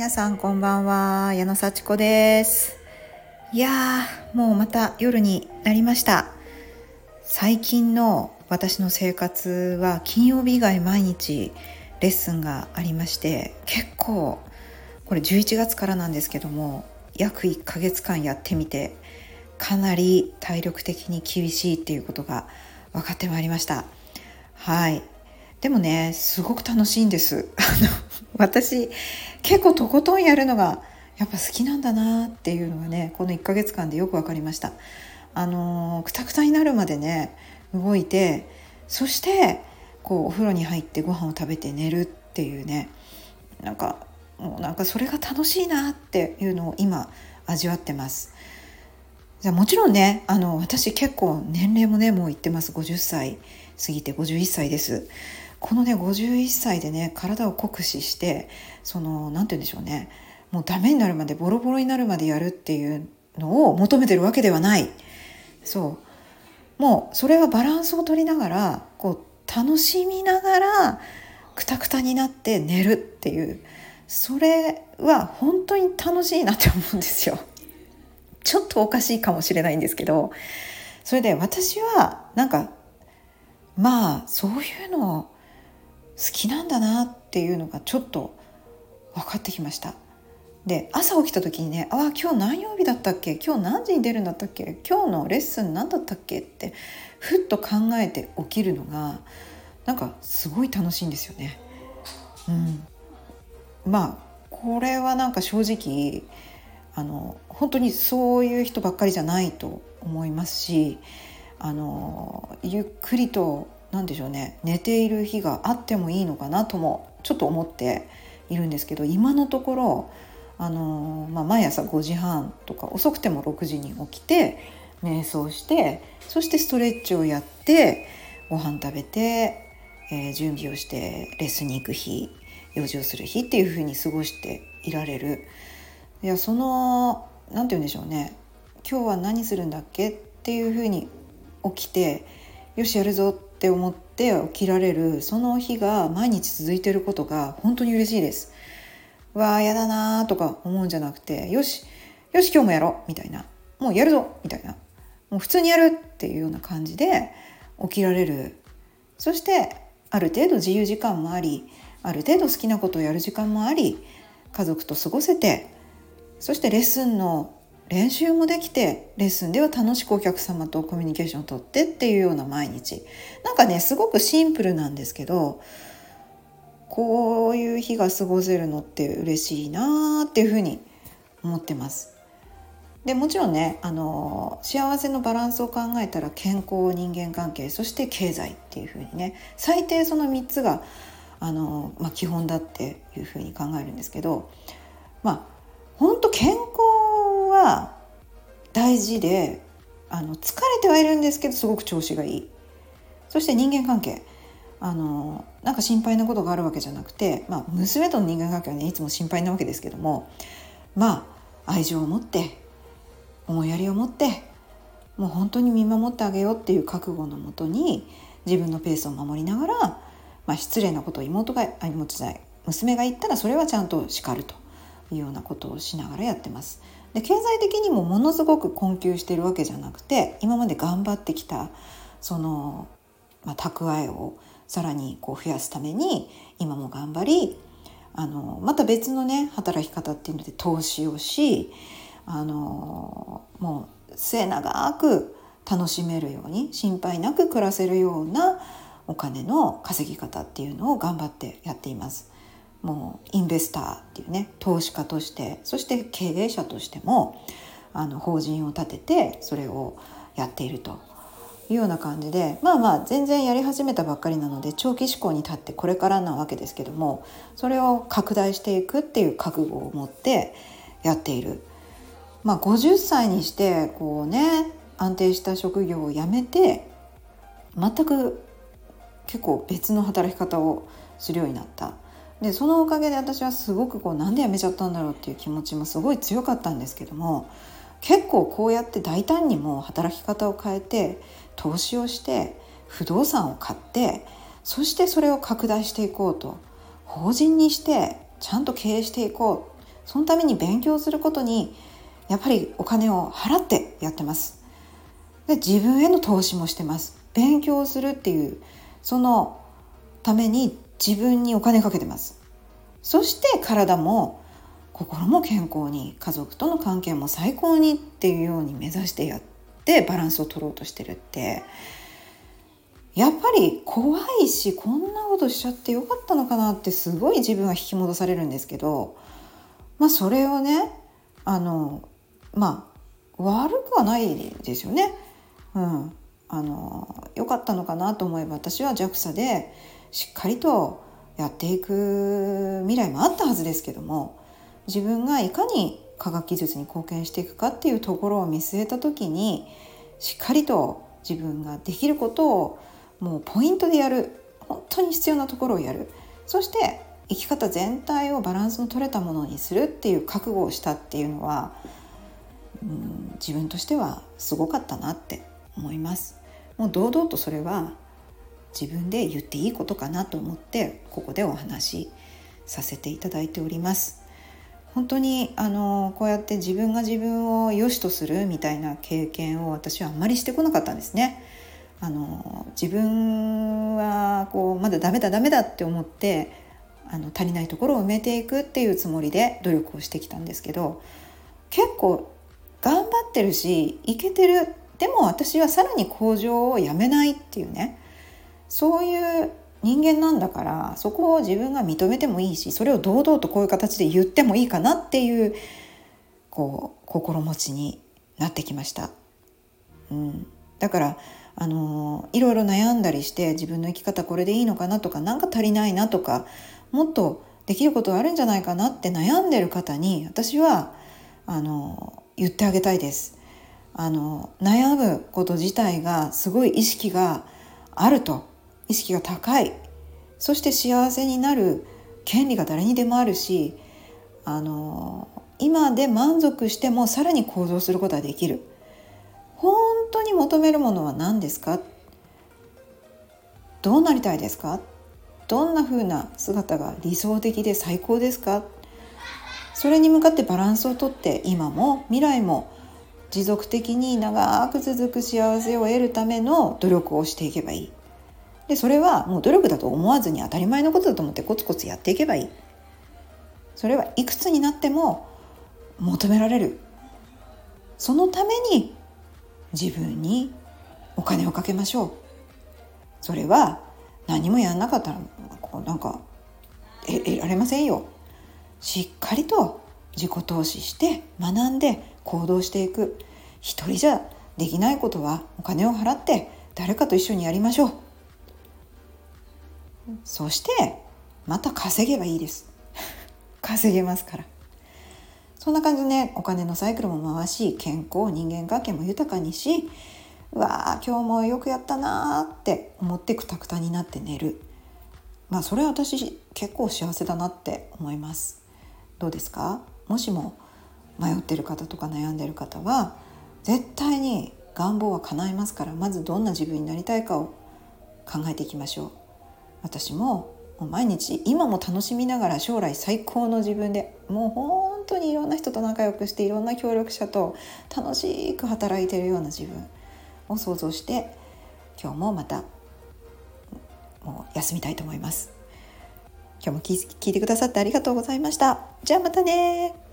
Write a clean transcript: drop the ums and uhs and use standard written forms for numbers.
皆さんこんばんは、矢野幸子です。いやもうまた夜になりました。最近の私の生活は金曜日以外毎日レッスンがありまして、結構これ11月からなんですけども、約1ヶ月間やってみてかなり体力的に厳しいっていうことが分かってまいりました。はい。でもね、すごく楽しいんです。私結構とことんやるのがやっぱ好きなんだなっていうのがね、この1ヶ月間でよく分かりました。くたくたになるまでね動いて、そしてこうお風呂に入ってご飯を食べて寝るっていうね、もうそれが楽しいなっていうのを今味わってます。じゃあもちろんね、私結構年齢もねもういってます。50歳過ぎて51歳です。このね51歳でね体を酷使して、なんて言うんでしょうね、もうダメになるまでボロボロになるまでやるっていうのを求めてるわけではない。もうそれはバランスを取りながらこう楽しみながらクタクタになって寝るっていう、それは本当に楽しいなって思うんですよ。ちょっとおかしいかもしれないんですけど、それで私はそういうの好きなんだなっていうのがちょっと分かってきました。で、朝起きた時にね、今日何曜日だったっけ、今日何時に出るんだったっけ、今日のレッスン何だったっけってふっと考えて起きるのがすごい楽しいんですよね。これは正直本当にそういう人ばっかりじゃないと思いますし、ゆっくりとなんでしょうね、寝ている日があってもいいのかなともちょっと思っているんですけど、今のところ毎朝5時半とか遅くても6時に起きて瞑想して、そしてストレッチをやってご飯食べて、準備をしてレッスンに行く日、用事をする日っていう風に過ごしていられる。いや、なんて言うんでしょうね、今日は何するんだっけっていう風に起きて、よしやるぞって思って起きられる、その日が毎日続いていることが本当に嬉しいです。やだなとか思うんじゃなくて、よし今日もやろうみたいな、もうやるぞみたいな、もう普通にやるっていうような感じで起きられる。そしてある程度自由時間もあり、ある程度好きなことをやる時間もあり、家族と過ごせて、そしてレッスンの練習もできて、レッスンでは楽しくお客様とコミュニケーションをとってっていうような毎日。すごくシンプルなんですけど、こういう日が過ごせるのって嬉しいなっていうふうに思ってます。でもちろんね、幸せのバランスを考えたら健康、人間関係、そして経済っていうふうにね、最低その3つが基本だっていうふうに考えるんですけど、本当健康は大事で、疲れてはいるんですけどすごく調子がいい。そして人間関係、心配なことがあるわけじゃなくて、娘との人間関係はねいつも心配なわけですけども、愛情を持って思いやりを持って、もう本当に見守ってあげようっていう覚悟のもとに自分のペースを守りながら、失礼なことを娘が言ったらそれはちゃんと叱るというようなことをしながらやってます。で、経済的にもものすごく困窮しているわけじゃなくて、今まで頑張ってきた蓄えをさらに増やすために今も頑張り、また別のね働き方っていうので投資をし、もう末永く楽しめるように、心配なく暮らせるようなお金の稼ぎ方っていうのを頑張ってやっています。もうインベスターっていうね、投資家として、そして経営者としても法人を立ててそれをやっているというような感じで、全然やり始めたばっかりなので長期志向に立ってこれからなわけですけども、それを拡大していくっていう覚悟を持ってやっている。50歳にして安定した職業を辞めて全く結構別の働き方をするようになった。で、そのおかげで私はすごくなんで辞めちゃったんだろうっていう気持ちもすごい強かったんですけども、結構こうやって大胆にも働き方を変えて投資をして不動産を買って、そしてそれを拡大していこうと、法人にしてちゃんと経営していこう、 そのために勉強することにやっぱりお金を払ってやってます。で、自分への投資もしてます。勉強するっていうそのために自分にお金かけてます。そして体も心も健康に、家族との関係も最高にっていうように目指してやってバランスを取ろうとしてるって、やっぱり怖いし、こんなことしちゃってよかったのかなってすごい自分は引き戻されるんですけど、それをね、悪くはないですよね。良かったのかなと思えば、私は JAXA でしっかりとやっていく未来もあったはずですけども、自分がいかに科学技術に貢献していくかっていうところを見据えた時に、しっかりと自分ができることをもうポイントでやる、本当に必要なところをやる、そして生き方全体をバランスの取れたものにするっていう覚悟をしたっていうのは、自分としてはすごかったなって思います。もう堂々とそれは自分で言っていいことかなと思ってここでお話しさせていただいております。本当にこうやって自分が自分を良しとするみたいな経験を私はあんまりしてこなかったんですね。自分はまだダメだって思って足りないところを埋めていくっていうつもりで努力をしてきたんですけど、結構頑張ってるしいけてる、でも私はさらに向上をやめないっていうね、そういう人間なんだから、そこを自分が認めてもいいし、それを堂々とこういう形で言ってもいいかなっていう心持ちになってきました。だからいろいろ悩んだりして、自分の生き方これでいいのかなとか、なんか足りないなとか、もっとできることあるんじゃないかなって悩んでる方に私は言ってあげたいです。悩むこと自体がすごい意識があると、意識が高い、そして幸せになる権利が誰にでもあるし、今で満足してもさらに向上することができる。本当に求めるものは何ですか？どうなりたいですか？どんな風な姿が理想的で最高ですか？それに向かってバランスをとって、今も未来も持続的に長く続く幸せを得るための努力をしていけばいい。で、それはもう努力だと思わずに当たり前のことだと思ってコツコツやっていけばいい。それはいくつになっても求められる。そのために自分にお金をかけましょう。それは何もやんなかったら得られませんよ。しっかりと自己投資して学んで行動していく。一人じゃできないことはお金を払って誰かと一緒にやりましょう。そしてまた稼げばいいです稼げますから。そんな感じでね、お金のサイクルも回し、健康、人間関係も豊かにし、今日もよくやったなって思ってくたくたになって寝る。それは私結構幸せだなって思います。どうですか？もしも迷ってる方とか悩んでる方は、絶対に願望は叶いますから、まずどんな自分になりたいかを考えていきましょう。私も毎日今も楽しみながら、将来最高の自分でもう本当にいろんな人と仲良くして、いろんな協力者と楽しく働いているような自分を想像して、今日もまたもう休みたいと思います。今日も聞いてくださってありがとうございました。じゃあまたね。